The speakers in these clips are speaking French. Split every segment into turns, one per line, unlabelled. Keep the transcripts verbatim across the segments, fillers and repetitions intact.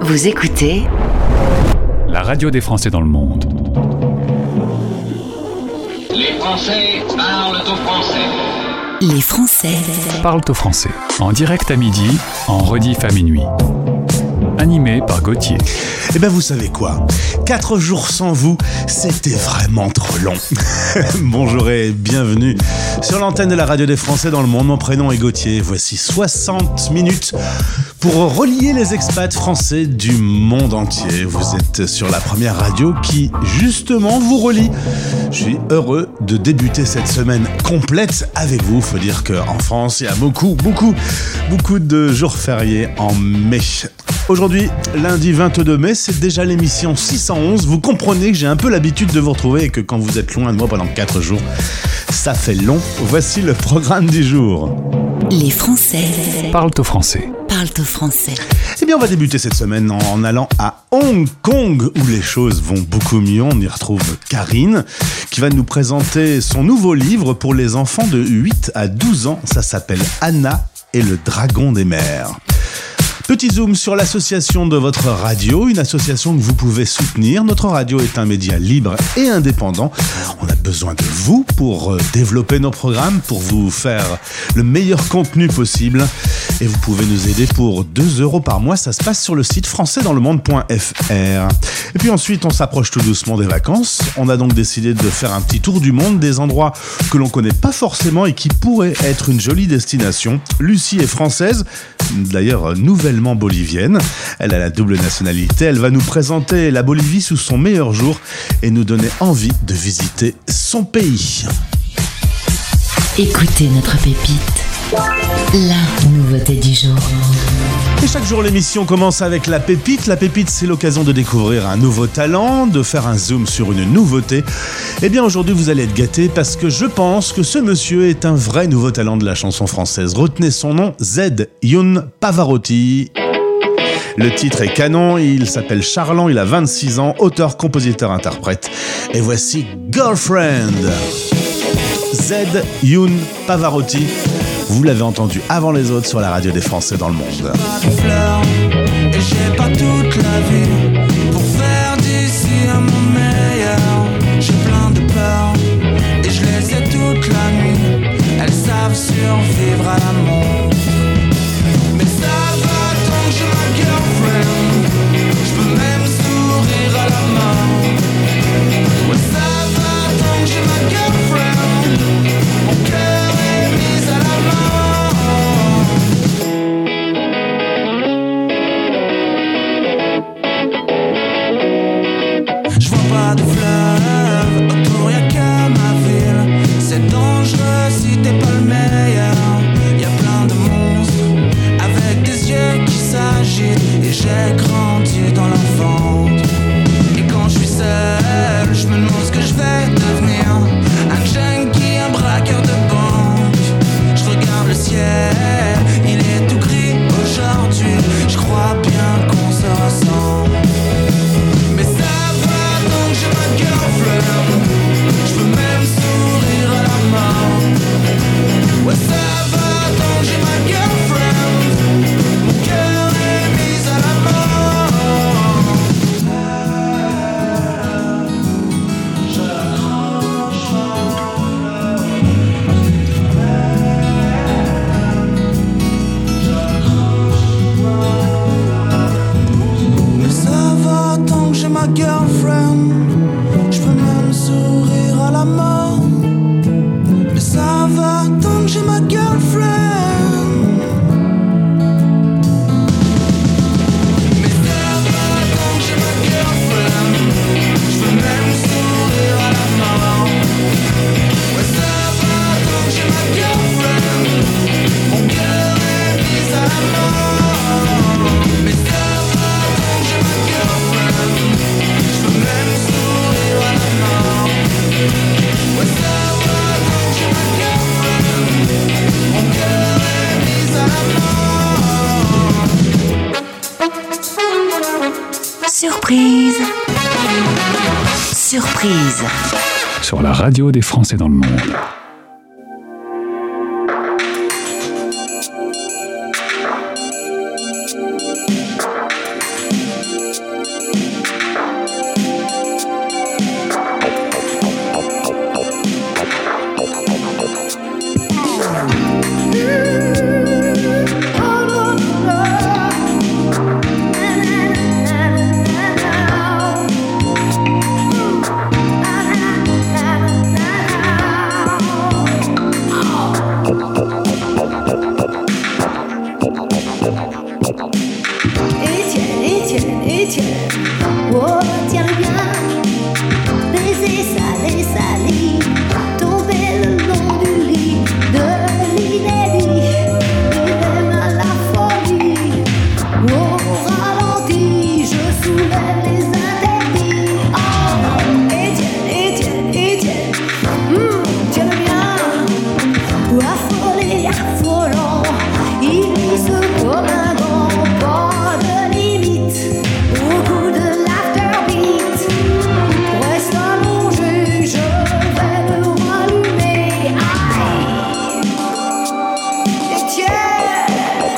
Vous écoutez
la radio des Français dans le monde.
Les Français parlent au français.
Les Français
Parlent au français. En direct à midi, en rediff à minuit. Animé par Gauthier.
Eh ben vous savez quoi ? Quatre jours sans vous, c'était vraiment trop long. Bonjour et bienvenue sur l'antenne de la radio des Français dans le monde. Mon prénom est Gauthier. Voici soixante minutes pour relier les expats français du monde entier. Vous êtes sur la première radio qui, justement, vous relie. Je suis heureux de débuter cette semaine complète avec vous. Faut dire qu'en France, il y a beaucoup, beaucoup, beaucoup de jours fériés en mai. Aujourd'hui, lundi vingt-deux mai, c'est déjà l'émission six cent onze. Vous comprenez que j'ai un peu l'habitude de vous retrouver et que quand vous êtes loin de moi pendant quatre jours, ça fait long. Voici le programme du jour.
Les Français
Parlent au français.
Parlent au français.
Eh bien, on va débuter cette semaine en allant à Hong Kong, où les choses vont beaucoup mieux. On y retrouve Karine, qui va nous présenter son nouveau livre pour les enfants de huit à douze ans. Ça s'appelle Anna et le dragon des mers. Petit zoom sur l'association de votre radio, une association que vous pouvez soutenir. Notre radio est un média libre et indépendant. On a besoin de vous pour développer nos programmes, pour vous faire le meilleur contenu possible. Et vous pouvez nous aider pour deux euros par mois. Ça se passe sur le site français dans le monde point f r. Et puis ensuite, on s'approche tout doucement des vacances. On a donc décidé de faire un petit tour du monde, des endroits que l'on connaît pas forcément et qui pourraient être une jolie destination. Lucie est française, d'ailleurs nouvelle bolivienne. Elle a la double nationalité. Elle va nous présenter la Bolivie sous son meilleur jour et nous donner envie de visiter son pays.
Écoutez notre pépite, la nouveauté du jour.
Et chaque jour, l'émission commence avec la pépite. La pépite, c'est l'occasion de découvrir un nouveau talent, de faire un zoom sur une nouveauté. Eh bien, aujourd'hui, vous allez être gâtés parce que je pense que ce monsieur est un vrai nouveau talent de la chanson française. Retenez son nom, Z. Youn Pavarotti. Le titre est canon, il s'appelle Charland, il a vingt-six ans, auteur, compositeur, interprète. Et voici Girlfriend. Z. Youn Pavarotti. Vous l'avez entendu avant les autres sur la radio des Français dans le monde.
J'ai pas de fleurs et j'ai pas toute la vie pour faire d'ici un monde meilleur. J'ai plein de peurs et je les ai toute la nuit. Elles savent survivre à l'amour. Mais ça va tant que j'ai ma girlfriend. Je peux même sourire à la main. Ouais, ça va tant que j'ai ma girlfriend. Mon cœur est mis à la main. Je vois pas de fleuve, autour y'a que ma ville. C'est dangereux si t'es pas le meilleur. Y'a plein de monstres avec des yeux qui s'agitent. Et j'ai grandi dans l'enfance. Et quand je suis seul, je me demande ce que je vais devenir. Un junkie, un braqueur de banque. Je regarde le ciel, il est tout gris aujourd'hui. Je crois bien qu'on se ressemble. Mais ça va donc j'ai ma girlfriend. Je peux même sourire à la main. Ouais, ça va donc j'ai ma girlfriend. Mon cœur est mis à la main. Mais ça va tant que j'ai ma girlfriend. Je peux même sourire à la mort. Mais ça va tant que j'ai ma girlfriend. Mais ça va tant que j'ai ma girlfriend. Je peux même sourire à la mort. Ouais, ça va tant que j'ai ma girlfriend. Mon cœur est mis à la mort. Mais ça va tant que j'ai ma girlfriend. Je peux même sourire à la mort. Ouais, ça va tant que j'ai ma girlfriend. Mon cœur est mis à la mort.
Surprise. Surprise.
Sur la radio des Français dans le monde.
Étienne, Étienne, Étienne, oh, tiens-le bien. Baiser salé, salé, tomber le long du lit de l'inédit. Il aime à la folie, au ralenti, je soulève les interdits. Oh, Étienne, Étienne, Étienne, hum, tiens-le bien. Affolé, affolant, il glisse comme un gant, pas de limite, au goût de l'afterbeat. Reste allongé, je vais le rallumer. Aïe, Étienne.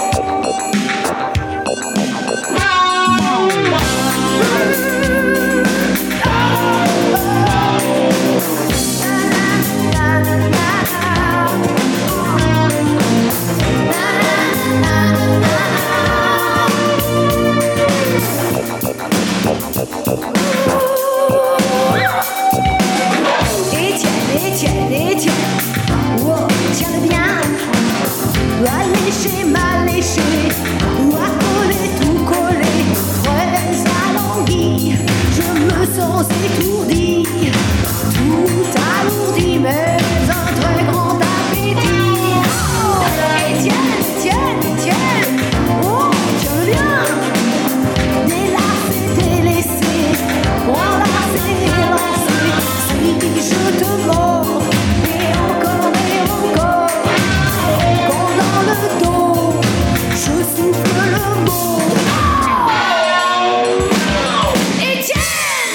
Étienne, Étienne, Étienne, oh, tiens-le bien. Alléché, m'alléché, ou à coller, tout coller, très alangui, je me sens étourdi, tout alourdi, mais un très grand appétit. Oh, Étienne, Étienne, Étienne, oh, tiens-le bien. Délacé, délaissé, enlacé, lancé, si je te mords, et encore et encore, quand dans le dos, je souffle le mot. Oh, Étienne.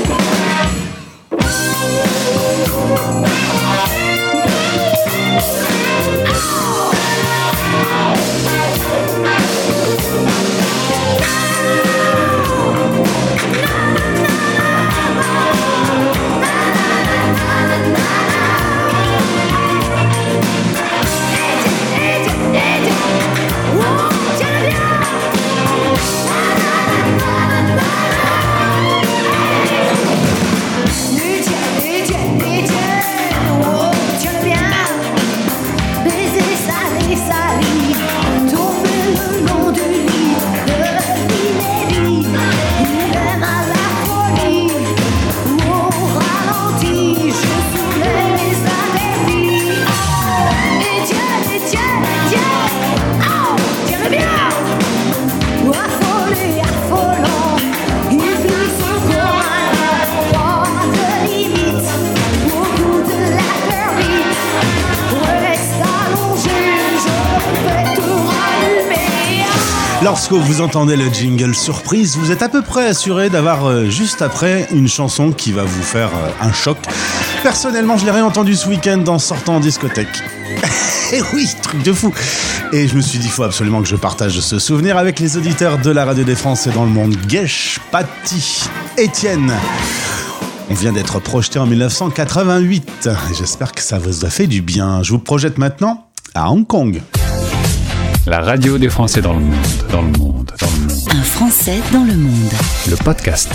Lorsque vous entendez le jingle surprise, vous êtes à peu près assuré d'avoir euh, juste après une chanson qui va vous faire euh, un choc. Personnellement, je l'ai réentendu ce week-end en sortant en discothèque. Et oui, truc de fou. Et je me suis dit, il faut absolument que je partage ce souvenir avec les auditeurs de la radio des Français dans le monde. Gesh Pati, Étienne. On vient d'être projeté en dix-neuf cent quatre-vingt-huit. J'espère que ça vous a fait du bien. Je vous projette maintenant à Hong Kong.
La radio des Français dans le monde, dans le monde, dans le monde.
Un Français dans le monde.
Le podcast.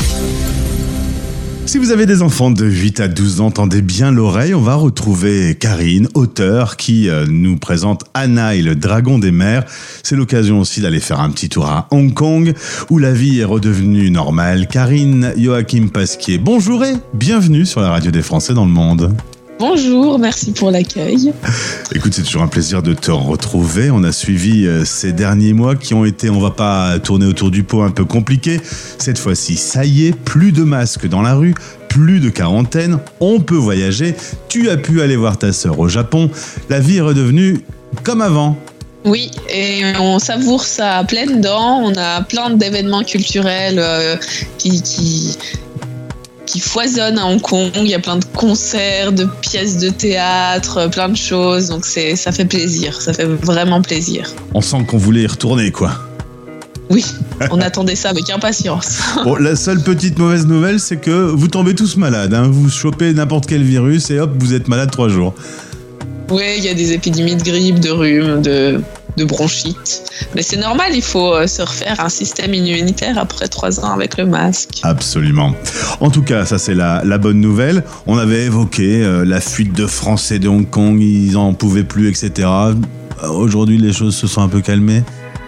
Si vous avez des enfants de huit à douze ans, tendez bien l'oreille, on va retrouver Karine, auteure, qui euh, nous présente Anna et le dragon des mers. C'est l'occasion aussi d'aller faire un petit tour à Hong Kong, où la vie est redevenue normale. Karine Joachim Pasquier, bonjour et bienvenue sur la radio des Français dans le monde.
Bonjour, merci pour l'accueil.
Écoute, c'est toujours un plaisir de te retrouver. On a suivi euh, ces derniers mois qui ont été, on va pas tourner autour du pot, un peu compliqués. Cette fois-ci, ça y est, plus de masques dans la rue, plus de quarantaine, on peut voyager. Tu as pu aller voir ta sœur au Japon. La vie est redevenue comme avant.
Oui, et on savoure ça à pleines dents. On a plein d'événements culturels euh, qui... qui... qui foisonne à Hong Kong. Il y a plein de concerts, de pièces de théâtre, plein de choses. Donc c'est, ça fait plaisir, ça fait vraiment plaisir.
On sent qu'on voulait y retourner, quoi.
Oui, on attendait ça avec impatience.
Bon, la seule petite mauvaise nouvelle, c'est que vous tombez tous malades. Hein. Vous chopez n'importe quel virus et hop, vous êtes malade trois jours.
Oui, il y a des épidémies de grippe, de rhume, de... de bronchite. Mais c'est normal, il faut se refaire un système immunitaire après trois ans avec le masque.
Absolument. En tout cas, ça c'est la, la bonne nouvelle. On avait évoqué euh, la fuite de Français de Hong Kong, ils en pouvaient plus, et cetera. Aujourd'hui, les choses se sont un peu calmées.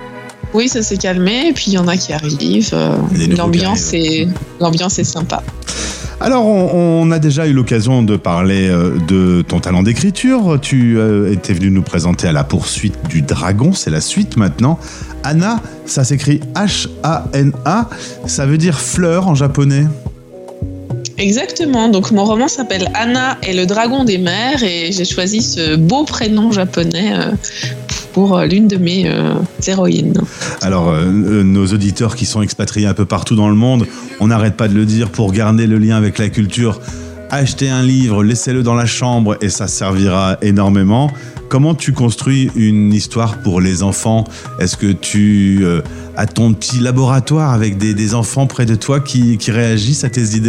Oui, ça s'est calmé, et puis il y en a qui arrivent. Euh, l'ambiance, est, l'ambiance est sympa.
Alors, on, on a déjà eu l'occasion de parler euh, de ton talent d'écriture. Tu euh, étais venu nous présenter À la poursuite du dragon, c'est la suite maintenant. Anna, ça s'écrit H A N A, ça veut dire fleur en japonais.
Exactement, donc mon roman s'appelle Anna et le dragon des mers, et j'ai choisi ce beau prénom japonais euh, pour l'une de mes euh, héroïnes.
Alors, euh, nos auditeurs qui sont expatriés un peu partout dans le monde, on n'arrête pas de le dire, pour garder le lien avec la culture, achetez un livre, laissez-le dans la chambre et ça servira énormément. Comment tu construis une histoire pour les enfants ? Est-ce que tu euh, as ton petit laboratoire avec des, des enfants près de toi qui, qui réagissent à tes idées ?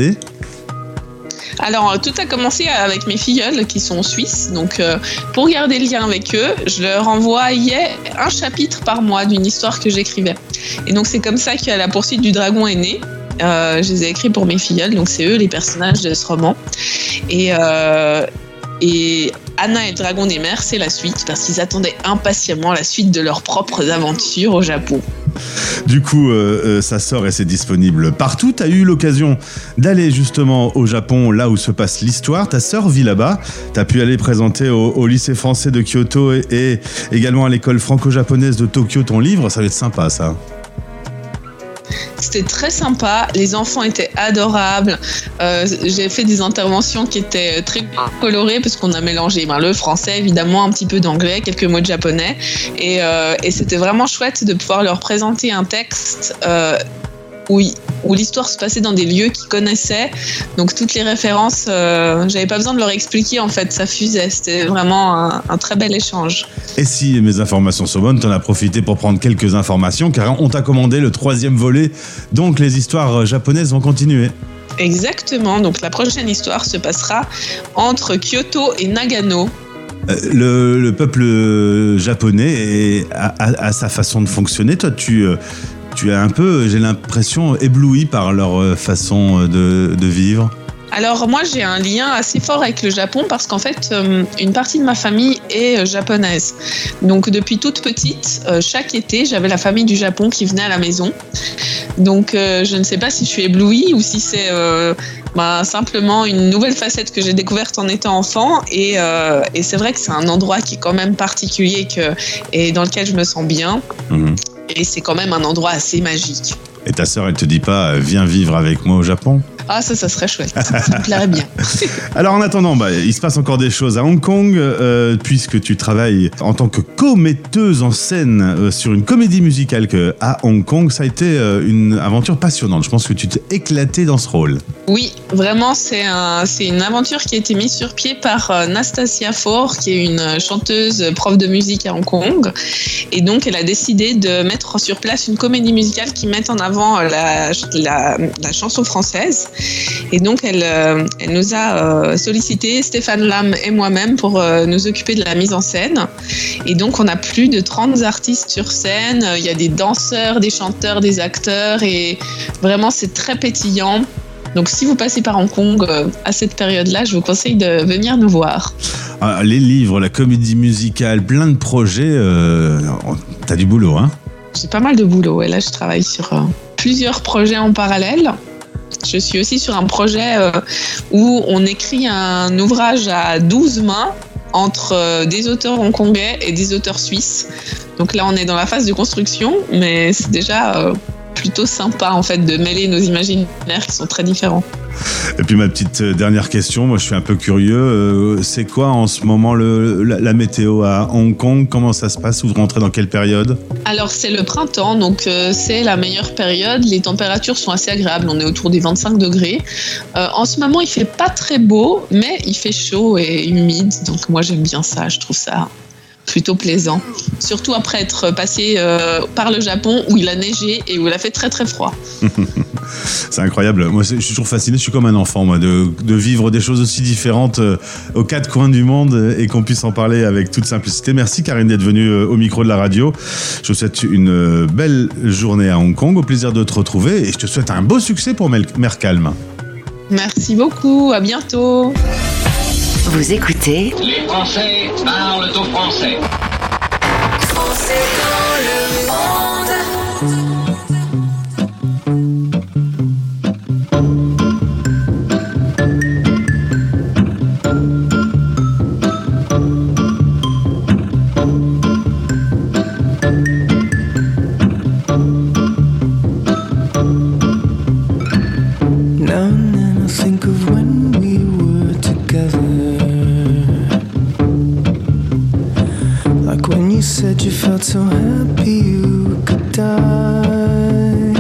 Alors, tout a commencé avec mes filleuls qui sont suisses. Donc, euh, pour garder le lien avec eux, je leur envoyais un chapitre par mois d'une histoire que j'écrivais. Et donc, c'est comme ça qu'à la poursuite du dragon est née. Euh, je les ai écrits pour mes filleuls, donc c'est eux les personnages de ce roman. Et, euh, et Anna et le dragon des mers, c'est la suite, parce qu'ils attendaient impatiemment la suite de leurs propres aventures au Japon.
Du coup, euh, euh, ça sort et c'est disponible partout. Tu as eu l'occasion d'aller justement au Japon, là où se passe l'histoire. Ta sœur vit là-bas. Tu as pu aller présenter au, au lycée français de Kyoto et, et également à l'école franco-japonaise de Tokyo ton livre. Ça va être sympa, ça.
C'était très sympa, les enfants étaient adorables. Euh, j'ai fait des interventions qui étaient très colorées parce qu'on a mélangé ben, le français, évidemment, un petit peu d'anglais, quelques mots de japonais. Et, euh, et c'était vraiment chouette de pouvoir leur présenter un texte euh, où, où l'histoire se passait dans des lieux qu'ils connaissaient. Donc toutes les références, euh, j'avais pas besoin de leur expliquer, en fait, ça fusait. C'était vraiment un, un très bel échange.
Et si mes informations sont bonnes, tu en as profité pour prendre quelques informations, car on t'a commandé le troisième volet, donc les histoires japonaises vont continuer.
Exactement, donc la prochaine histoire se passera entre Kyoto et Nagano.
Euh, le, le peuple japonais est, a, a, a sa façon de fonctionner. Toi, tu, tu es un peu, j'ai l'impression, ébloui par leur façon de, de vivre.
Alors moi j'ai un lien assez fort avec le Japon parce qu'en fait euh, une partie de ma famille est euh, japonaise. Donc depuis toute petite, euh, chaque été j'avais la famille du Japon qui venait à la maison. Donc euh, je ne sais pas si je suis éblouie ou si c'est euh, bah, simplement une nouvelle facette que j'ai découverte en étant enfant. Et, euh, et c'est vrai que c'est un endroit qui est quand même particulier que, et dans lequel je me sens bien. Mmh. Et c'est quand même un endroit assez magique.
Et ta sœur, elle te dit pas, viens vivre avec moi au Japon ?
Ah, ça, ça serait chouette. Ça me plairait bien.
Alors, en attendant, bah, il se passe encore des choses à Hong Kong, euh, puisque tu travailles en tant que co-metteuse en scène euh, sur une comédie musicale que, à Hong Kong. Ça a été euh, une aventure passionnante. Je pense que tu t'es éclatée dans ce rôle.
Oui, vraiment, c'est, un, c'est une aventure qui a été mise sur pied par euh, Nastasia Faure, qui est une chanteuse prof de musique à Hong Kong. Et donc, elle a décidé de mettre sur place une comédie musicale qui mette en avant la, la, la chanson française. Et donc, elle, euh, elle nous a euh, sollicité, Stéphane Lam et moi-même, pour euh, nous occuper de la mise en scène. Et donc, on a plus de trente artistes sur scène. Il y a des danseurs, des chanteurs, des acteurs. Et vraiment, c'est très pétillant. Donc, si vous passez par Hong Kong euh, à cette période-là, je vous conseille de venir nous voir.
Ah, les livres, la comédie musicale, plein de projets. Euh, t'as du boulot, hein ?
J'ai pas mal de boulot. Et là, je travaille sur euh, plusieurs projets en parallèle. Je suis aussi sur un projet euh, où on écrit un ouvrage à douze mains entre euh, des auteurs hongkongais et des auteurs suisses. Donc là, on est dans la phase de construction, mais c'est déjà euh, plutôt sympa en fait de mêler nos imaginaires qui sont très différents.
Et puis ma petite dernière question, moi je suis un peu curieux, euh, c'est quoi en ce moment le, la, la météo à Hong Kong ? Comment ça se passe ? Vous rentrez dans quelle période ?
Alors c'est le printemps, donc euh, c'est la meilleure période, les températures sont assez agréables, on est autour des vingt-cinq degrés. Euh, en ce moment il fait pas très beau, mais il fait chaud et humide, donc moi j'aime bien ça, je trouve ça plutôt plaisant. Surtout après être passé euh, par le Japon où il a neigé et où il a fait très très froid.
C'est incroyable. Moi, je suis toujours fasciné. Je suis comme un enfant, moi, de, de vivre des choses aussi différentes euh, aux quatre coins du monde et qu'on puisse en parler avec toute simplicité. Merci, Karine, d'être venue euh, au micro de la radio. Je vous souhaite une euh, belle journée à Hong Kong. Au plaisir de te retrouver. Et je te souhaite un beau succès pour Mère Calme.
Merci beaucoup. À bientôt.
Vous écoutez
Les Français parlent au français.
Français dans le monde.
die.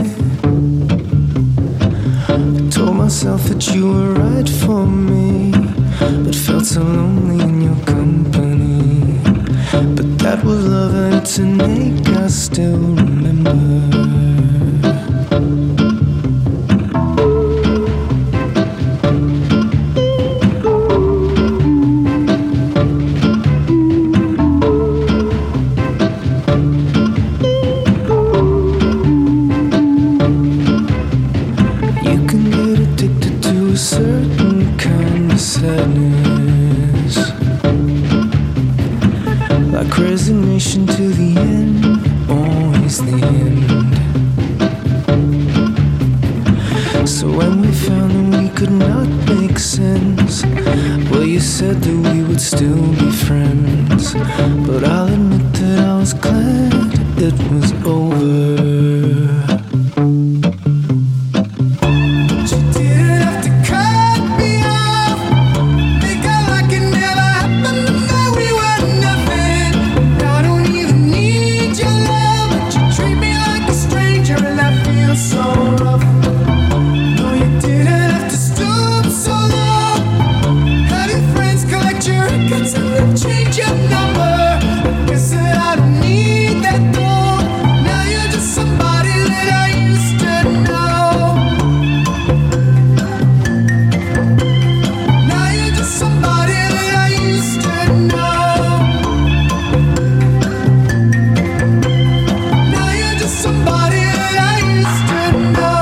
I told myself that you were right for me, but felt so lonely in your company. But that was love and it's an ache I still remember. Resignation to the end, always the end. So when we found that we could not make sense, well, you said that we would still be friends. But I'll admit that I was glad it was over. Change your number. Guess that I don't need that though. Now you're just somebody that I used to know. Now you're just somebody that I used to know. Now you're just somebody that I used to know.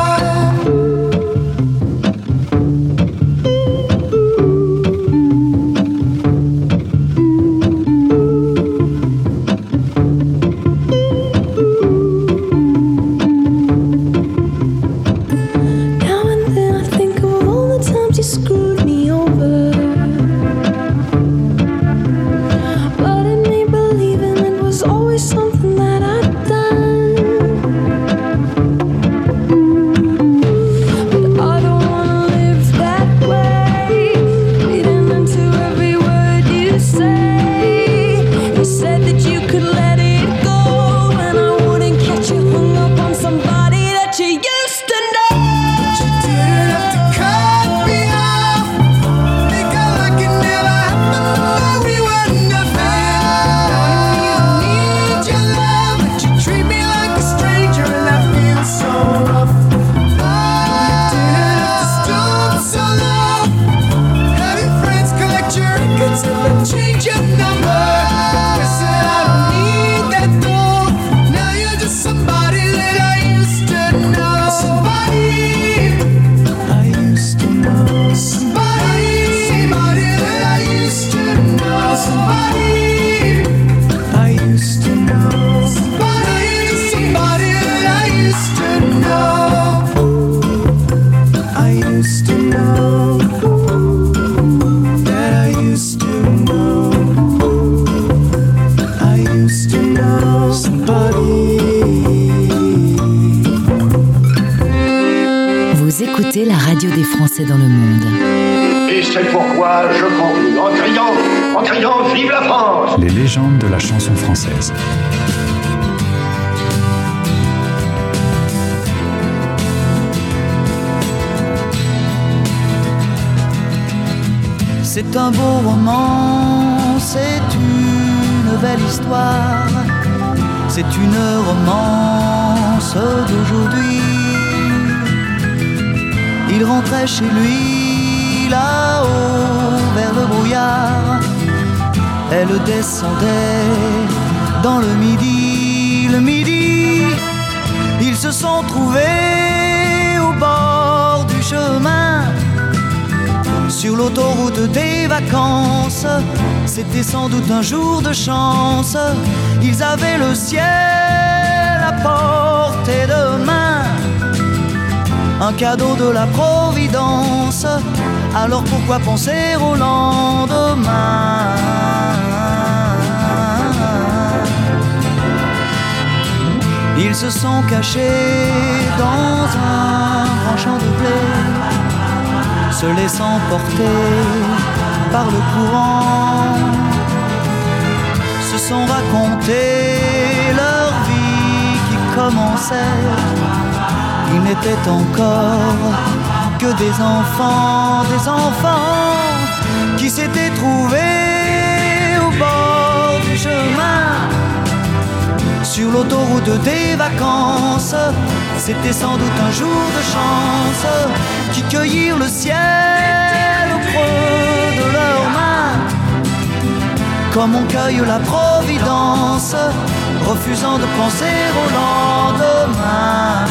Change your number. Guess that I don't need that though. Now you're just somebody that I used to know. Somebody I used to know. Somebody, somebody that I used to know. Somebody I used to know. Somebody, somebody that I used to know. I used to know.
Vous écoutez la radio des Français dans le monde.
Et c'est pourquoi je conclue en criant, en criant vive la France!
Les légendes de la chanson française.
C'est un beau roman, c'est une belle histoire, c'est une romance d'aujourd'hui. Il rentrait chez lui, là-haut, vers le brouillard. Elle descendait dans le midi, le midi. Ils se sont trouvés au bord du chemin, sur l'autoroute des vacances. C'était sans doute un jour de chance. Ils avaient le ciel à portée de main, un cadeau de la Providence. Alors pourquoi penser au lendemain? Ils se sont cachés dans un grand champ de blé, se laissant porter par le courant, se sont racontés leur vie qui commençait, il n'était encore que des enfants, des enfants qui s'étaient trouvés au bord du chemin. Sur l'autoroute des vacances, c'était sans doute un jour de chance, qui cueillirent le ciel au creux de leurs mains, comme on cueille la providence, refusant de penser au lendemain.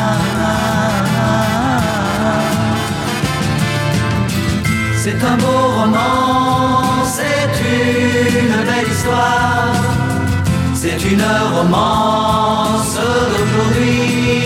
C'est un beau roman, c'est une belle histoire, c'est une romance d'aujourd'hui.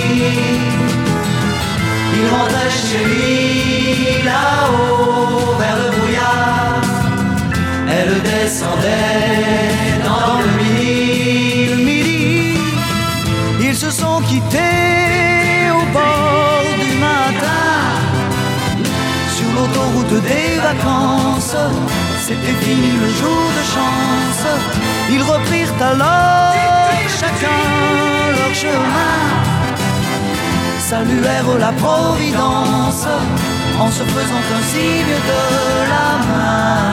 Il rentrait chez lui là-haut vers le brouillard, elle descendait dans le midi. Le midi, ils se sont quittés au bord du matin. Sur l'autoroute des vacances, c'était fini le jour de chance. Ils reprirent alors chacun leur chemin, saluèrent la providence en se faisant un signe de la main.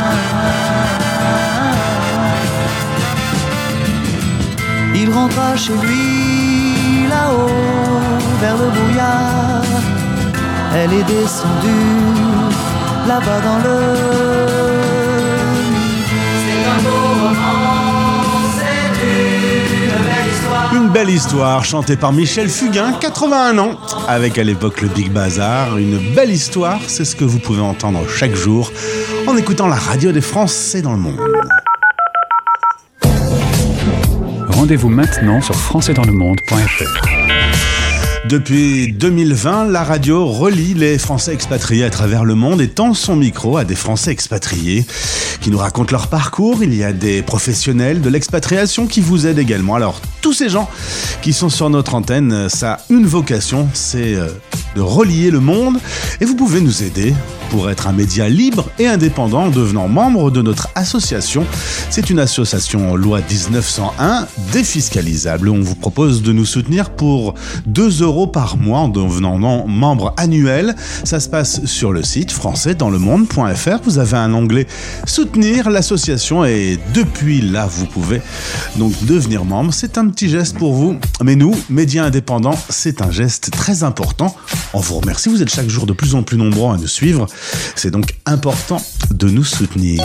Il rentra chez lui là-haut vers le brouillard. Elle est descendue là-bas dans le midi. C'est un beau roman, c'est une belle histoire.
Une belle histoire chantée par Michel Fugain, quatre-vingt-un ans, avec à l'époque le Big Bazar. Une belle histoire, c'est ce que vous pouvez entendre chaque jour en écoutant la radio des Français dans le monde.
Rendez-vous maintenant sur français dans le monde point f r.
Depuis deux mille vingt, la radio relie les Français expatriés à travers le monde et tend son micro à des Français expatriés qui nous racontent leur parcours. Il y a des professionnels de l'expatriation qui vous aident également. Alors, tous ces gens qui sont sur notre antenne, ça a une vocation, c'est de relier le monde. Et vous pouvez nous aider pour être un média libre et indépendant en devenant membre de notre association. C'est une association loi dix-neuf cent un, défiscalisable. On vous propose de nous soutenir pour deux euros par mois en devenant membre annuel. Ça se passe sur le site français dans le monde point f r. Vous avez un onglet soutenir l'association et depuis là, vous pouvez donc devenir membre. C'est un petit geste pour vous. Mais nous, médias indépendants, c'est un geste très important. On vous remercie. Vous êtes chaque jour de plus en plus nombreux à nous suivre. C'est donc important de nous soutenir.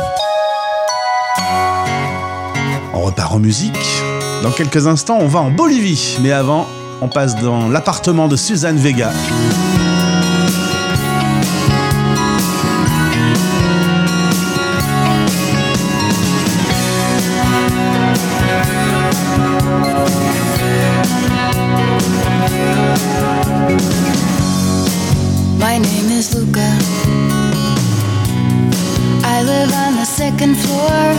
On repart en musique. Dans quelques instants, on va en Bolivie. Mais avant, on passe dans l'appartement de Suzanne Vega.
My name is Luca. I live on the second floor.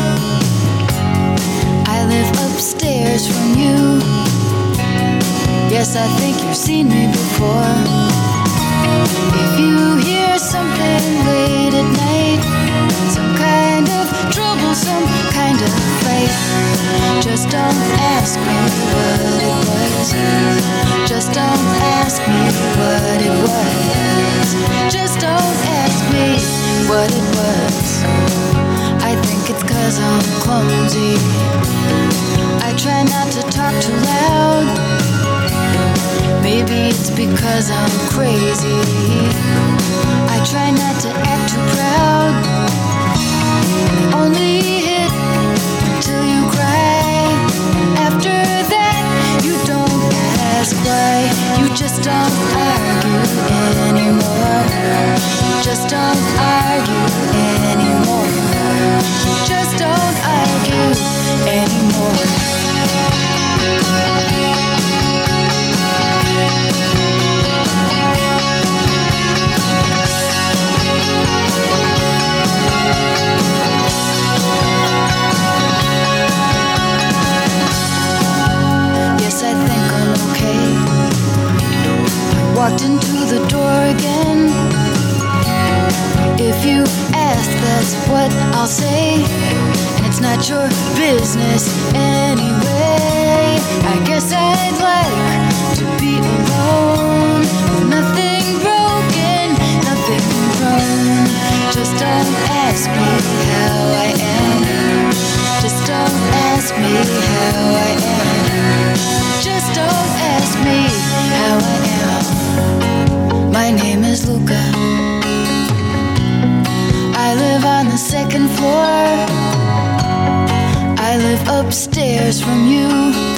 I live upstairs from you. Yes, I think you've seen me before. If you hear something late at night, some kind of trouble, some kind of fight, just don't ask me what it was. Just don't ask me what it was. Just don't ask me what it was. I think it's 'cause I'm clumsy. I try not to talk too loud. Maybe it's because I'm crazy. I try not to act too proud. Only hit till you cry. After that, you don't ask why. You just don't argue anymore. Just don't argue anymore. Just don't argue anymore. Yes, I think I'm okay. Walked into the door again. If you ask, that's what I'll say. And it's not your business anyway. I guess I'd Luca. I live on the second floor. I live upstairs from you.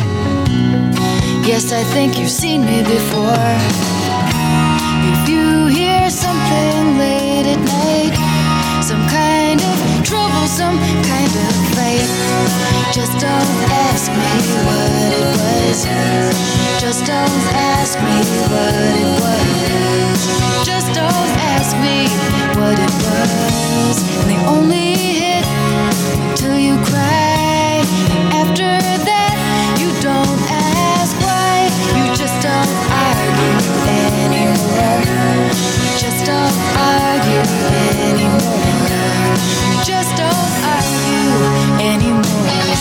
Yes, I think you've seen me before. If you hear something late at night, some kind of trouble, some kind of fight, just don't ask me what it was. Just don't ask me what it was. Just don't ask me what it was. And they only hit till you cry. After that, you don't ask why. You just don't argue anymore. Just don't argue anymore. You just don't argue anymore.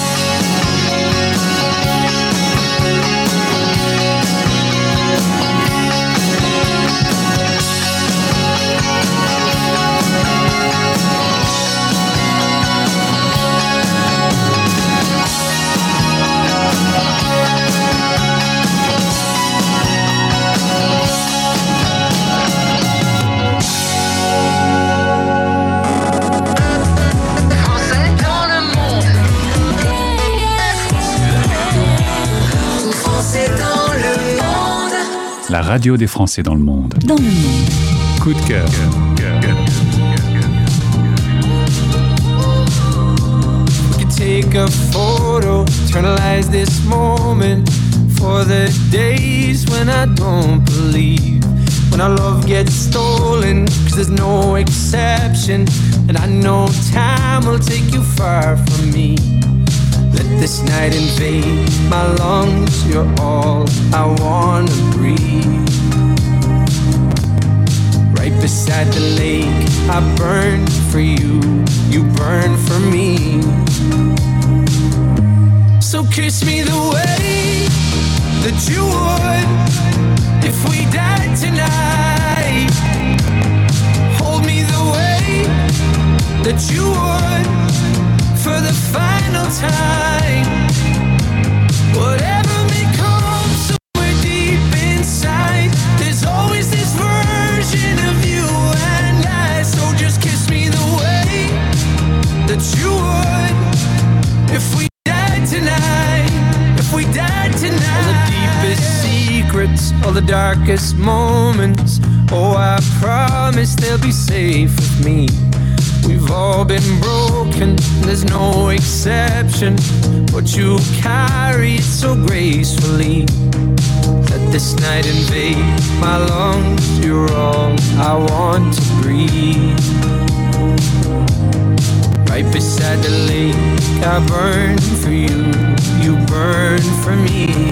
La radio des Français dans le monde.
Dans le monde.
Coup de cœur.
We could take a photo, eternalize this moment for the days when I don't believe, when our love gets stolen, cause there's no exception, and I know time will take you far from me. Let this night invade my lungs, you're all I wanna breathe. Right beside the lake, I burn for you, you burn for me. So kiss me the way that you would if we died tonight. Hold me the way that you would for the final time. Whatever may come, somewhere deep inside, there's always this version of you and I. So just kiss me the way that you would if we died tonight. If we died tonight. All the deepest secrets, all the darkest moments, oh, I promise they'll be safe with me. We've all been broken, there's no exception, but you carry it so gracefully. Let this night invade my lungs, you're all I want to breathe. Right beside the lake, I burn for you, you burn for me.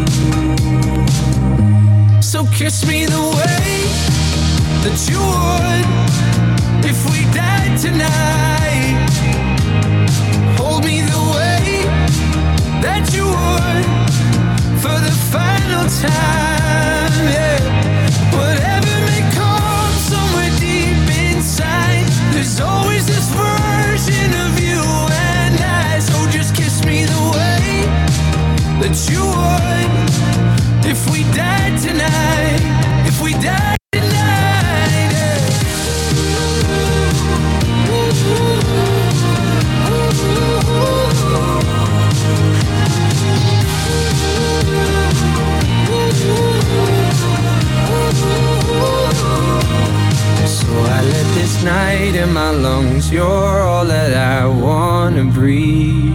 So kiss me the way that you would if we died tonight. Hold me the way that you would for the final time, yeah. Whatever may come, somewhere deep inside, there's always this version of you and I. So just kiss me the way that you would if we died tonight. If we died tonight, yeah. So I let this night in my lungs, you're all that I wanna breathe.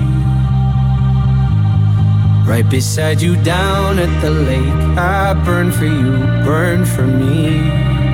Right beside you down at the lake, I burn for you, burn for me.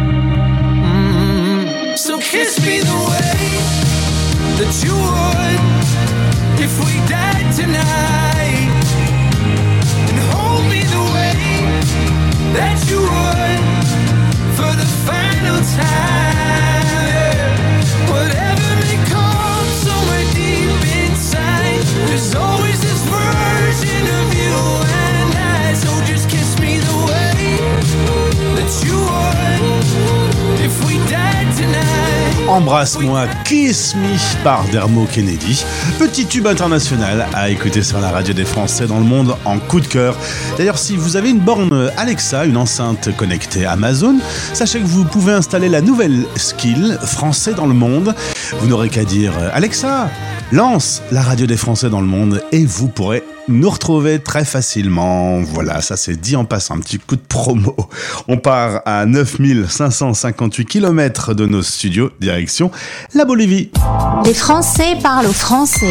Mm-hmm. So kiss me the way that you would if we died tonight, and hold me the way that you would for the final time, yeah. Whatever may come, somewhere deep inside, there's always this version of you and I. So just kiss me the way that you would if we died tonight.
Embrasse-moi, Kiss Me par Dermot Kennedy. Petit tube international à écouter sur la radio des Français dans le monde en coup de cœur. D'ailleurs, si vous avez une borne Alexa, une enceinte connectée Amazon, sachez que vous pouvez installer la nouvelle skill Français dans le monde. Vous n'aurez qu'à dire Alexa, lance la radio des Français dans le monde et vous pourrez nous retrouver très facilement. Voilà, ça c'est dit en passant, un petit coup de promo. On part à neuf mille cinq cent cinquante-huit kilomètres de nos studios, direction la Bolivie.
Les Français parlent aux Français.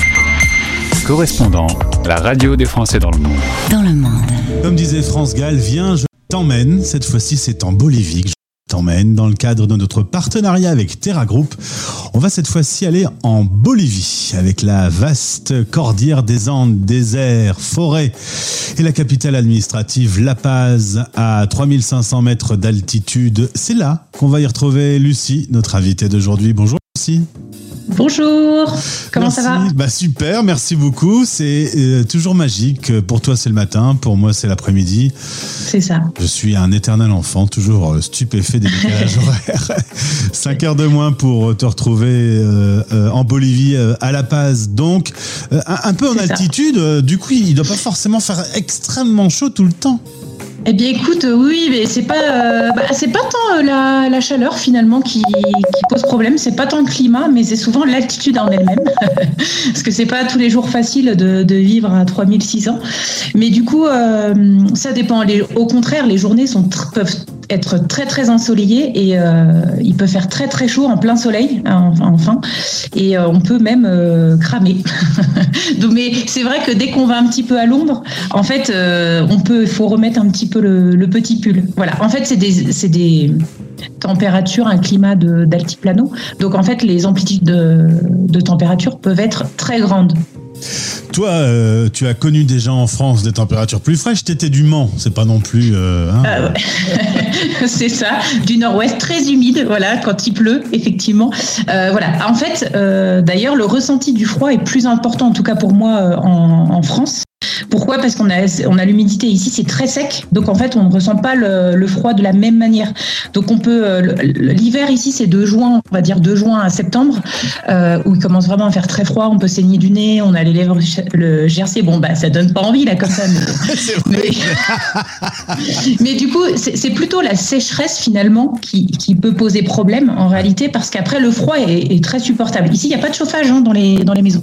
Correspondant, la radio des Français dans le monde.
Dans le monde.
Comme disait France Gall, viens, je t'emmène. Cette fois-ci, c'est en Bolivie que je t'emmène dans le cadre de notre partenariat avec Terra Group. On va cette fois-ci aller en Bolivie avec la vaste cordillère des Andes, déserts, forêts et la capitale administrative La Paz à trois mille cinq cents mètres d'altitude. C'est là qu'on va y retrouver Lucie, notre invitée d'aujourd'hui. Bonjour Lucie.
Bonjour, comment
merci.
Ça va?
Bah super, merci beaucoup. C'est euh, toujours magique. Pour toi, c'est le matin. Pour moi, c'est l'après-midi.
C'est ça.
Je suis un éternel enfant, toujours euh, stupéfait des décalages horaires. Cinq heures de moins pour te retrouver euh, euh, en Bolivie, euh, à La Paz. Donc, euh, un, un peu en
C'est
altitude. Euh, du coup, il ne doit pas forcément faire extrêmement chaud tout le temps.
Eh bien, écoute, euh, oui, mais c'est pas, euh, bah, c'est pas tant euh, la, la chaleur finalement qui, qui pose problème, c'est pas tant le climat, mais c'est souvent l'altitude en elle-même, parce que c'est pas tous les jours facile de, de vivre à trois mille six cents. Mais du coup, euh, ça dépend. Les, au contraire, les journées sont tr- peuvent être très très ensoleillées et euh, il peut faire très très chaud en plein soleil, enfin, et euh, on peut même euh, cramer. Donc, mais c'est vrai que dès qu'on va un petit peu à l'ombre, en fait, euh, on peut, il faut remettre un petit peu le, le petit pull. Voilà. En fait, c'est des, c'est des températures, un climat de, d'altiplano. Donc, en fait, les amplitudes de, de température peuvent être très grandes.
Toi, euh, tu as connu déjà en France des températures plus fraîches. T'étais du Mans, c'est pas non plus. Euh, hein.
euh, ouais. C'est ça, du nord-ouest, très humide. Voilà, quand il pleut, effectivement. Euh, voilà. En fait, euh, d'ailleurs, le ressenti du froid est plus important, en tout cas pour moi, euh, en, en France. Pourquoi ? Parce qu'on a, on a l'humidité ici, c'est très sec, donc en fait on ne ressent pas le, le froid de la même manière. Donc on peut, euh, l'hiver ici c'est de juin, on va dire de juin à septembre, euh, où il commence vraiment à faire très froid, on peut saigner du nez, on a les lèvres, le gercé, bon bah ça donne pas envie là comme ça. Mais, mais, mais du coup c'est, c'est plutôt la sécheresse finalement qui, qui peut poser problème en réalité, parce qu'après le froid est, est très supportable. Ici il n'y a pas de chauffage hein, dans les dans les maisons.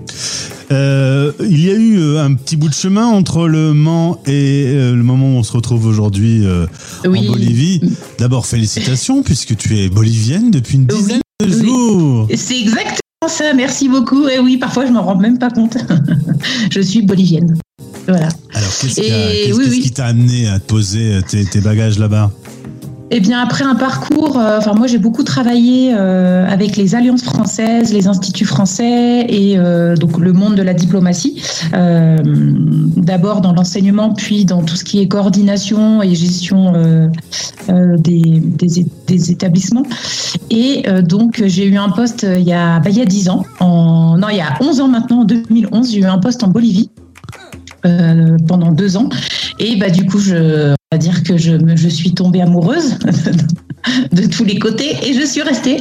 Euh, il y a eu un petit bout de chemin entre le Mans et euh, le moment où on se retrouve aujourd'hui euh, oui. en Bolivie. D'abord, félicitations, puisque tu es bolivienne depuis une dizaine oui. de jours.
Oui. C'est exactement ça, merci beaucoup. Et oui, parfois, je ne m'en rends même pas compte. Je suis bolivienne. Voilà.
Alors, qu'est-ce, qui, a, qu'est-ce,
oui,
qu'est-ce
oui.
qui t'a amené à te poser tes, tes bagages là-bas ?
Eh bien, après un parcours, euh, enfin moi j'ai beaucoup travaillé euh, avec les alliances françaises, les instituts français et euh, donc le monde de la diplomatie. Euh, d'abord dans l'enseignement, puis dans tout ce qui est coordination et gestion euh, euh, des, des, des établissements. Et euh, donc j'ai eu un poste il y a bah, il y a dix ans, en, non il y a onze ans maintenant, en deux mille onze, j'ai eu un poste en Bolivie. Euh, pendant deux ans et bah du coup je on va dire que je, me, je suis tombée amoureuse de, de tous les côtés et je suis restée.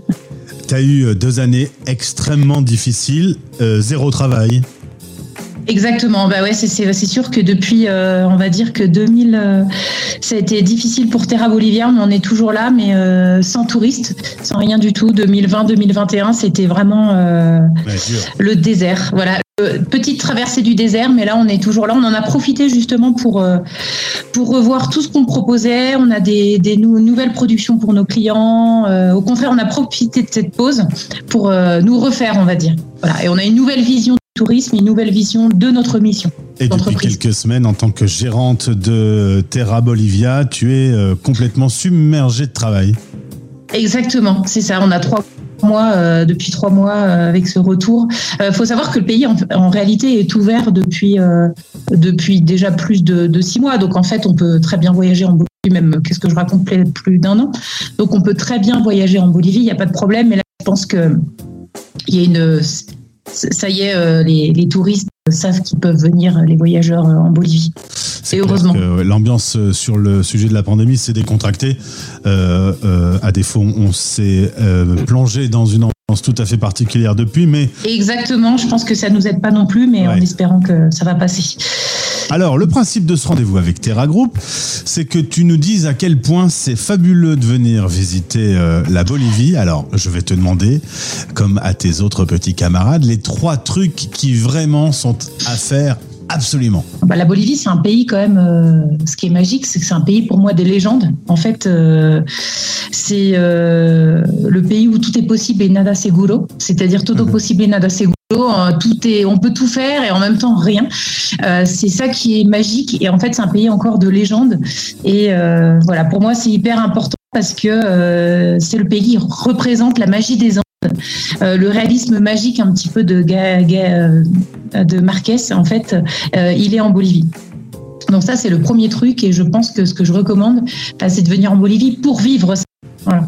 Tu as eu deux années extrêmement difficiles, euh, zéro travail.
Exactement, bah ouais, c'est, c'est, c'est sûr que depuis, euh, on va dire que deux mille, euh, ça a été difficile pour Terra Bolivia, mais on est toujours là, mais euh, sans touristes, sans rien du tout. deux mille vingt deux mille vingt et un, c'était vraiment euh, ouais, le désert. Voilà. Petite traversée du désert, mais là on est toujours là. On en a profité justement pour euh, pour revoir tout ce qu'on proposait. On a des des nou- nouvelles productions pour nos clients. Euh, au contraire, on a profité de cette pause pour euh, nous refaire, on va dire. Voilà. Et on a une nouvelle vision du tourisme, une nouvelle vision de notre mission.
Et depuis quelques semaines, en tant que gérante de Terra Bolivia, tu es euh, complètement submergée de travail.
Exactement, c'est ça. On a trois mois, euh, depuis trois mois euh, avec ce retour. Il euh, faut savoir que le pays en, en réalité est ouvert depuis euh, depuis déjà plus de, de six mois. Donc en fait, on peut très bien voyager en Bolivie, même qu'est-ce que je raconte plus d'un an. Donc on peut très bien voyager en Bolivie, il n'y a pas de problème. Mais là, je pense que il y a une, ça y est, euh, les, les touristes savent qu'ils peuvent venir, les voyageurs en Bolivie.
C'est
et heureusement.
Que l'ambiance sur le sujet de la pandémie s'est décontractée. Euh, euh, à défaut, on s'est euh, plongé dans une ambiance tout à fait particulière depuis, mais...
Exactement, je pense que ça ne nous aide pas non plus, mais ouais. En espérant que ça va passer.
Alors, le principe de ce rendez-vous avec Terra Group, c'est que tu nous dises à quel point c'est fabuleux de venir visiter euh, la Bolivie. Alors, je vais te demander, comme à tes autres petits camarades, les trois trucs qui vraiment sont à faire absolument.
Bah, la Bolivie, c'est un pays quand même, euh, ce qui est magique, c'est que c'est un pays pour moi des légendes. En fait, euh, c'est euh, le pays où tout est possible et nada seguro, c'est-à-dire todo mmh. possible et nada seguro. Tout est, on peut tout faire et en même temps rien. Euh, c'est ça qui est magique et en fait c'est un pays encore de légende et euh, voilà, pour moi c'est hyper important parce que euh, c'est le pays qui représente la magie des Andes, euh, le réalisme magique un petit peu de, Ga, Ga, de Marquez en fait, euh, il est en Bolivie. Donc ça c'est le premier truc et je pense que ce que je recommande bah, c'est de venir en Bolivie pour vivre ça. Voilà.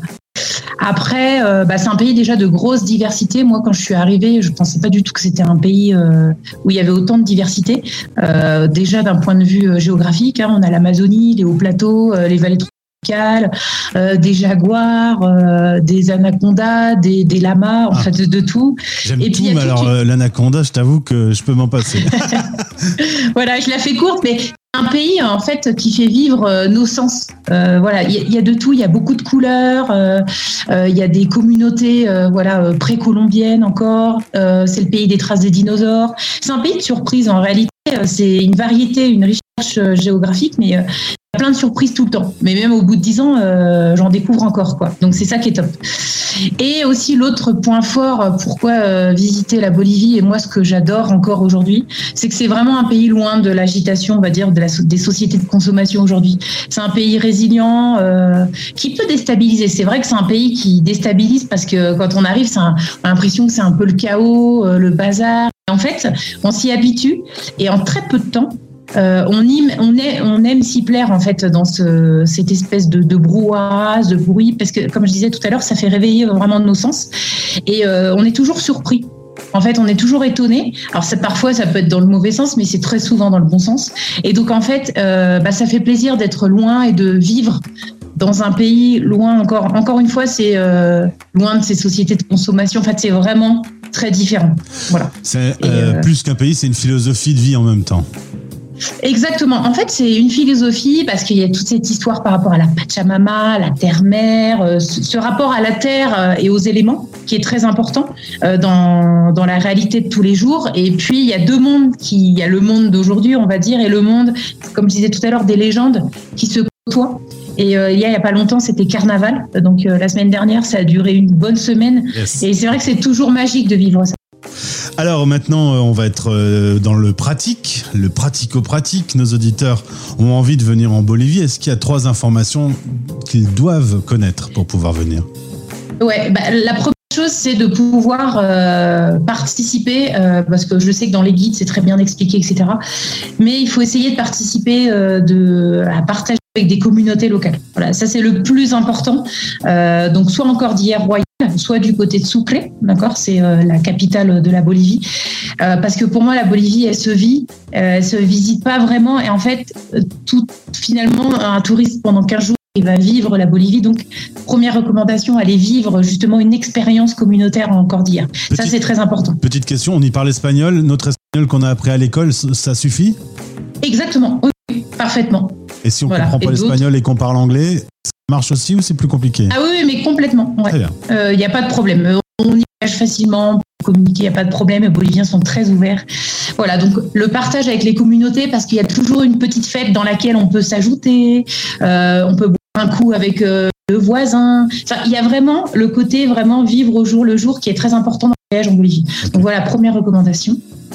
Après, euh, bah, c'est un pays déjà de grosse diversité. Moi, quand je suis arrivée, je ne pensais pas du tout que c'était un pays euh, où il y avait autant de diversité. Euh, déjà d'un point de vue euh, géographique, hein, on a l'Amazonie, les hauts plateaux, euh, les vallées tropicales, euh, des jaguars, euh, des anacondas, des, des lamas, en ah. fait, de, de tout.
J'aime Et tout, puis, mais alors euh, l'anaconda, je t'avoue que je peux m'en passer.
Voilà, je la fais courte, mais un pays en fait qui fait vivre euh, nos sens. Euh, voilà, il y, y a de tout, il y a beaucoup de couleurs, il euh, euh, y a des communautés euh, voilà euh, précolombiennes encore. Euh, c'est le pays des traces des dinosaures. C'est un pays de surprises en réalité. Euh, c'est une variété, une recherche euh, géographique, mais euh, il y a plein de surprises tout le temps. Mais même au bout de dix ans, euh, j'en découvre encore quoi. Donc c'est ça qui est top. Et aussi l'autre point fort, pourquoi euh, visiter la Bolivie et moi ce que j'adore encore aujourd'hui, c'est que c'est vraiment un pays loin de l'agitation, on va dire, de la, des sociétés de consommation aujourd'hui. C'est un pays résilient euh, qui peut déstabiliser. C'est vrai que c'est un pays qui déstabilise parce que quand on arrive, c'est un, on a l'impression que c'est un peu le chaos, euh, le bazar. En fait, on s'y habitue et en très peu de temps, Euh, on, aime, on, est, on aime s'y plaire en fait dans ce, cette espèce de, de brouhaha, de bruit, parce que comme je disais tout à l'heure, ça fait réveiller vraiment nos sens et euh, on est toujours surpris. En fait, on est toujours étonné. Alors ça, parfois, ça peut être dans le mauvais sens, mais c'est très souvent dans le bon sens. Et donc en fait, euh, bah, ça fait plaisir d'être loin et de vivre dans un pays loin encore. Encore une fois, c'est euh, loin de ces sociétés de consommation. En fait, c'est vraiment très différent. Voilà.
C'est euh, euh, plus qu'un pays, c'est une philosophie de vie en même temps.
Exactement. En fait, c'est une philosophie parce qu'il y a toute cette histoire par rapport à la Pachamama, la terre-mère, euh, ce rapport à la terre euh, et aux éléments qui est très important euh, dans, dans la réalité de tous les jours. Et puis, il y a deux mondes. Qui, il y a le monde d'aujourd'hui, on va dire, et le monde, comme je disais tout à l'heure, des légendes qui se côtoient. Et euh, il y a, il y a pas longtemps, c'était Carnaval. Donc, euh, la semaine dernière, ça a duré une bonne semaine. Yes. Et c'est vrai que c'est toujours magique de vivre ça.
Alors maintenant, on va être dans le pratique, le pratico-pratique. Nos auditeurs ont envie de venir en Bolivie. Est-ce qu'il y a trois informations qu'ils doivent connaître pour pouvoir venir ?
Ouais, bah, la première chose, c'est de pouvoir euh, participer, euh, parce que je sais que dans les guides, c'est très bien expliqué, et cetera. Mais il faut essayer de participer, euh, de, à partager avec des communautés locales. Voilà, ça c'est le plus important. Euh, donc soit en Cordillère Royale, soit du côté de Sucre, d'accord, c'est euh, la capitale de la Bolivie. Euh, parce que pour moi, la Bolivie, elle se vit, euh, elle se visite pas vraiment. Et en fait, tout finalement, un touriste pendant quinze jours, il va vivre la Bolivie. Donc, première recommandation, aller vivre justement une expérience communautaire en Cordillère. Petite, ça, c'est très important.
Petite question, on y parle espagnol. Notre espagnol qu'on a appris à l'école, ça suffit ?
Exactement, oui, parfaitement.
Et si on ne voilà. comprend pas et l'espagnol et qu'on parle anglais, ça marche aussi ou c'est plus compliqué ?
Ah oui, mais complètement. Il n'y euh, a pas de problème. On y voyage facilement, pour communiquer, il n'y a pas de problème. Les Boliviens sont très ouverts. Voilà, donc le partage avec les communautés, parce qu'il y a toujours une petite fête dans laquelle on peut s'ajouter, euh, on peut boire un coup avec euh, le voisin. Enfin, il y a vraiment le côté vraiment vivre au jour le jour qui est très important dans le voyage en Bolivie. Okay. Donc voilà, première recommandation.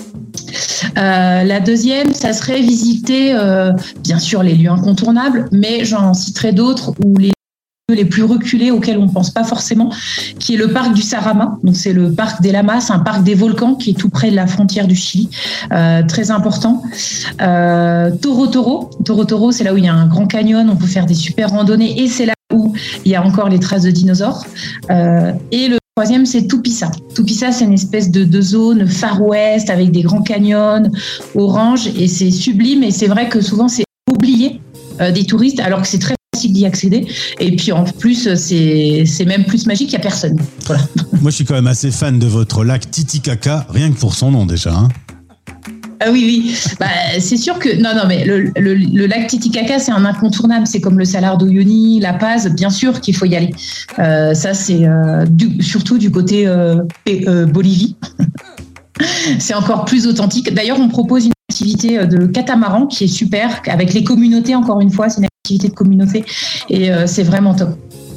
Euh, la deuxième, ça serait visiter euh, bien sûr les lieux incontournables, mais j'en citerai d'autres où les lieux les plus reculés auxquels on ne pense pas forcément, qui est le parc du Sarama. Donc c'est le parc des Lamas, c'est un parc des volcans qui est tout près de la frontière du Chili, euh, très important. Euh, Toro Toro, Toro Toro, c'est là où il y a un grand canyon, on peut faire des super randonnées et c'est là où il y a encore les traces de dinosaures. Euh, et le troisième, c'est Tupisa. Tupisa, c'est une espèce de, de zone Far West avec des grands canyons orange et c'est sublime. Et c'est vrai que souvent, c'est oublié euh, des touristes alors que c'est très facile d'y accéder. Et puis en plus, c'est, c'est même plus magique, il n'y a personne. Voilà.
Moi, je suis quand même assez fan de votre lac Titicaca, rien que pour son nom déjà. Hein.
Ah oui, oui. Bah, c'est sûr que... Non, non, mais le, le, le lac Titicaca, c'est un incontournable. C'est comme le Salar d'Uyuni, La Paz. Bien sûr qu'il faut y aller. Euh, ça, c'est euh, du, surtout du côté euh, euh, Bolivie. C'est encore plus authentique. D'ailleurs, on propose une activité de catamaran qui est super, avec les communautés, encore une fois. C'est une activité de communauté et euh, c'est vraiment top.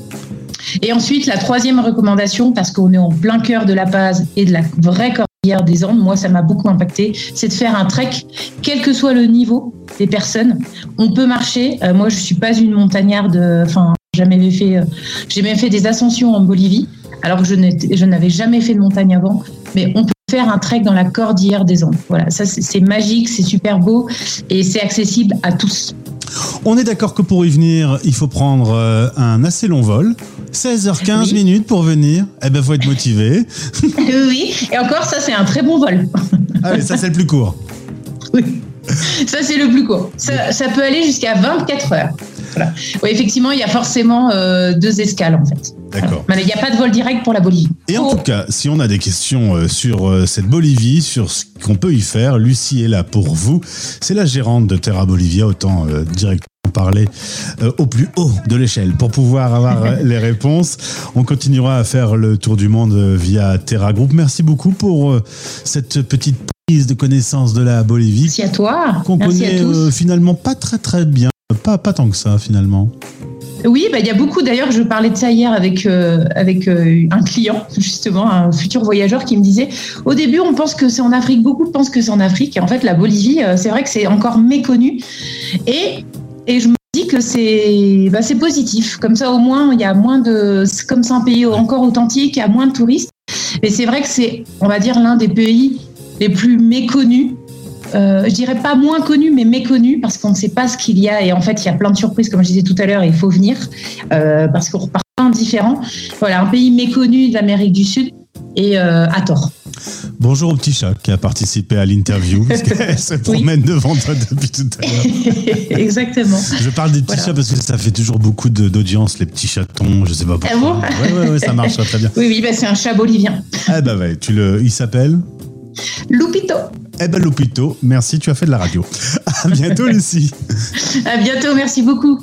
Et ensuite, la troisième recommandation, parce qu'on est en plein cœur de La Paz et de la vraie cordillère des Andes, moi, ça m'a beaucoup impacté, c'est de faire un trek, quel que soit le niveau des personnes. On peut marcher. Euh, moi, je suis pas une montagnarde. Enfin, jamais fait. Euh, j'ai même fait des ascensions en Bolivie, alors que je, je n'avais jamais fait de montagne avant. Mais on peut faire un trek dans la cordillère des Andes. Voilà, ça, c'est, c'est magique, c'est super beau et c'est accessible à tous.
On est d'accord que pour y venir, il faut prendre euh, un assez long vol. seize heures quinze oui. minutes pour venir. Eh ben, faut être motivé.
Oui, et encore, ça, c'est un très bon vol.
Ah oui, ça, c'est le plus court.
Oui, ça, c'est le plus court. Ça, ça peut aller jusqu'à vingt-quatre heures. Voilà. Oui, effectivement, il y a forcément euh, deux escales, en fait.
D'accord.
Il n'y a pas de vol direct pour la Bolivie.
Et en
oh.
tout cas, si on a des questions euh, sur euh, cette Bolivie, sur ce qu'on peut y faire, Lucie est là pour vous. C'est la gérante de Terra Bolivia, autant euh, directement parler euh, au plus haut de l'échelle pour pouvoir avoir euh, les réponses. On continuera à faire le tour du monde euh, via Terra Group. Merci beaucoup pour euh, cette petite prise de connaissance de la Bolivie.
Merci à toi.
Qu'on
Merci
connaît
à tous.
Euh, finalement pas très très bien. Pas, pas tant que ça finalement.
Oui, bah, il y a beaucoup. D'ailleurs, je parlais de ça hier avec, euh, avec euh, un client, justement, un futur voyageur qui me disait au début, on pense que c'est en Afrique, beaucoup pensent que c'est en Afrique. Et en fait, la Bolivie, euh, c'est vrai que c'est encore méconnu. Et, et je me dis que c'est, bah, c'est positif. Comme ça, au moins, il y a moins de. Comme c'est un pays encore authentique, il y a moins de touristes. Et c'est vrai que c'est, on va dire, l'un des pays les plus méconnus. Euh, je dirais pas moins connu, mais méconnu, parce qu'on ne sait pas ce qu'il y a. Et en fait, il y a plein de surprises, comme je disais tout à l'heure, et il faut venir, euh, parce qu'on repart plein de différents. Voilà, un pays méconnu d'Amérique du Sud, et euh, à tort.
Bonjour au petit chat qui a participé à l'interview, parce qu'elle se promène oui. devant toi depuis tout à l'heure.
Exactement.
Je parle des petits voilà. chats parce que ça fait toujours beaucoup de, d'audience, les petits chatons, je sais pas pourquoi. Ah bon ouais, ouais, ouais, ça marche très bien.
Oui, oui, bah, c'est un chat bolivien.
Ah bah ouais, tu le, il s'appelle
Lupito.
Eh ben Lupito, merci, tu as fait de la radio. À bientôt Lucie.
À bientôt, merci beaucoup.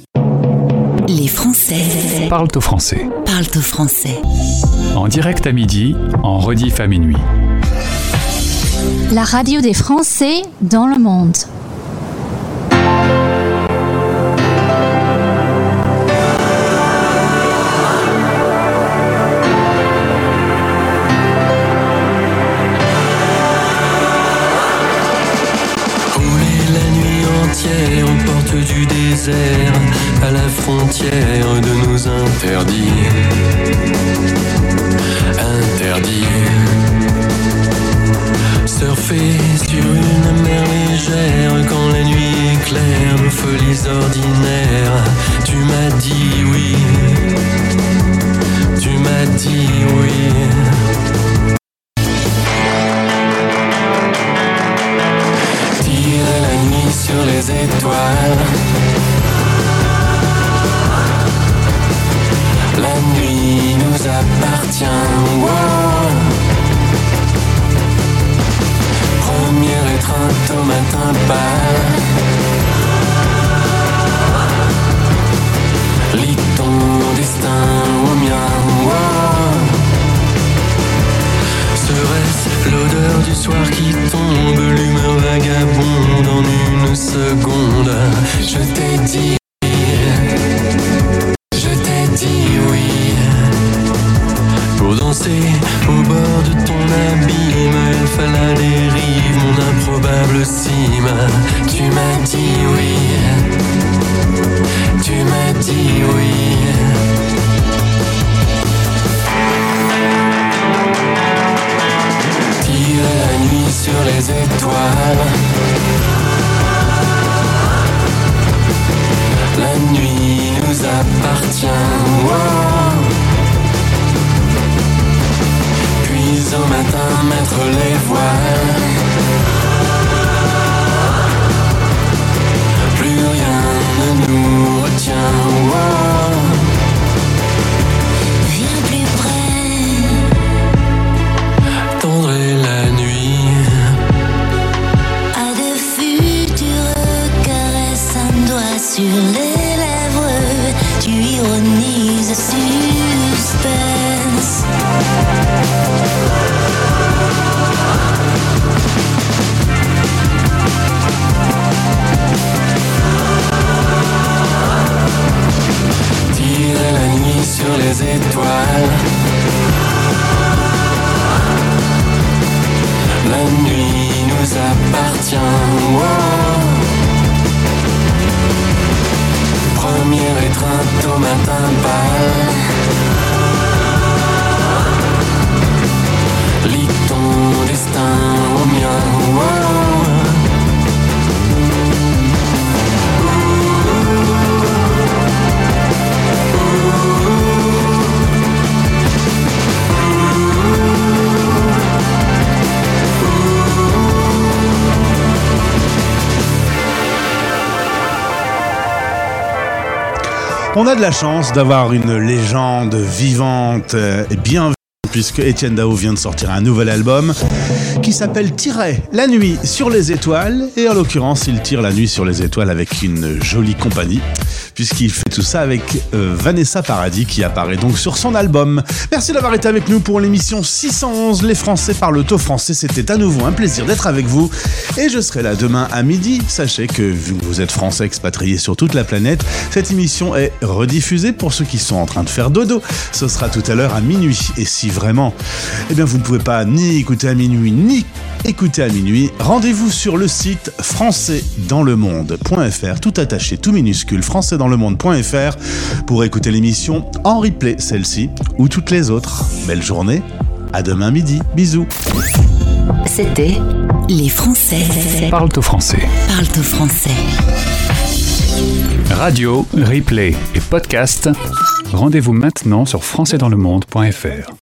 Les Français
parlent au français.
Parlent au français.
En direct à midi, en rediff à minuit.
La radio des Français dans le monde.
Aux portes du désert, à la frontière de nos interdits. Interdits. Surfer sur une mer légère quand la nuit éclaire nos folies ordinaires. Tu m'as dit oui. Tu m'as dit oui. Sur les étoiles, la nuit nous appartient. Wow. Première étreinte au matin pâle. Lis ton destin au mien. Wow. Serait-ce l'odeur du soir qui tombe, l'humeur vagabonde en une seconde? Je t'ai dit, je t'ai dit oui. Pour danser au bord de ton abîme, il fallait les rives, mon improbable cime. Tu m'as dit oui, tu m'as dit oui. La nuit sur les étoiles, la nuit nous appartient. Wow. matin mettre les voiles. Plus rien ne nous retient. Wow.
Viens plus près.
Tendre est la nuit.
À de futures caresses, un doigt sur les lèvres. Tu ironises le suspense.
Tirer la nuit sur les étoiles. La nuit nous appartient. Wow. Première étreinte au matin pâle. Lis ton destin au mien. Wow.
On a de la chance d'avoir une légende vivante et bien puisque Étienne Dao vient de sortir un nouvel album qui s'appelle Tirer la nuit sur les étoiles, et en l'occurrence il tire la nuit sur les étoiles avec une jolie compagnie puisqu'il fait tout ça avec euh, Vanessa Paradis qui apparaît donc sur son album. Merci d'avoir été avec nous pour l'émission six cent onze Les Français parlent au français. C'était à nouveau un plaisir d'être avec vous et je serai là demain à midi. Sachez que vu que vous êtes français expatriés sur toute la planète, cette émission est rediffusée pour ceux qui sont en train de faire dodo. Ce sera tout à l'heure à minuit, et si vraiment eh bien vous ne pouvez pas ni écouter à minuit ni écouter à minuit, rendez-vous sur le site français dans le monde point f r, tout attaché, tout minuscule, français dans le monde point f r, pour écouter l'émission en replay, celle-ci ou toutes les autres. Belle journée, à demain midi, bisous.
C'était Les Français
Parle au français.
Parle au français.
Radio, replay et podcast. Rendez-vous maintenant sur français dans le monde point f r.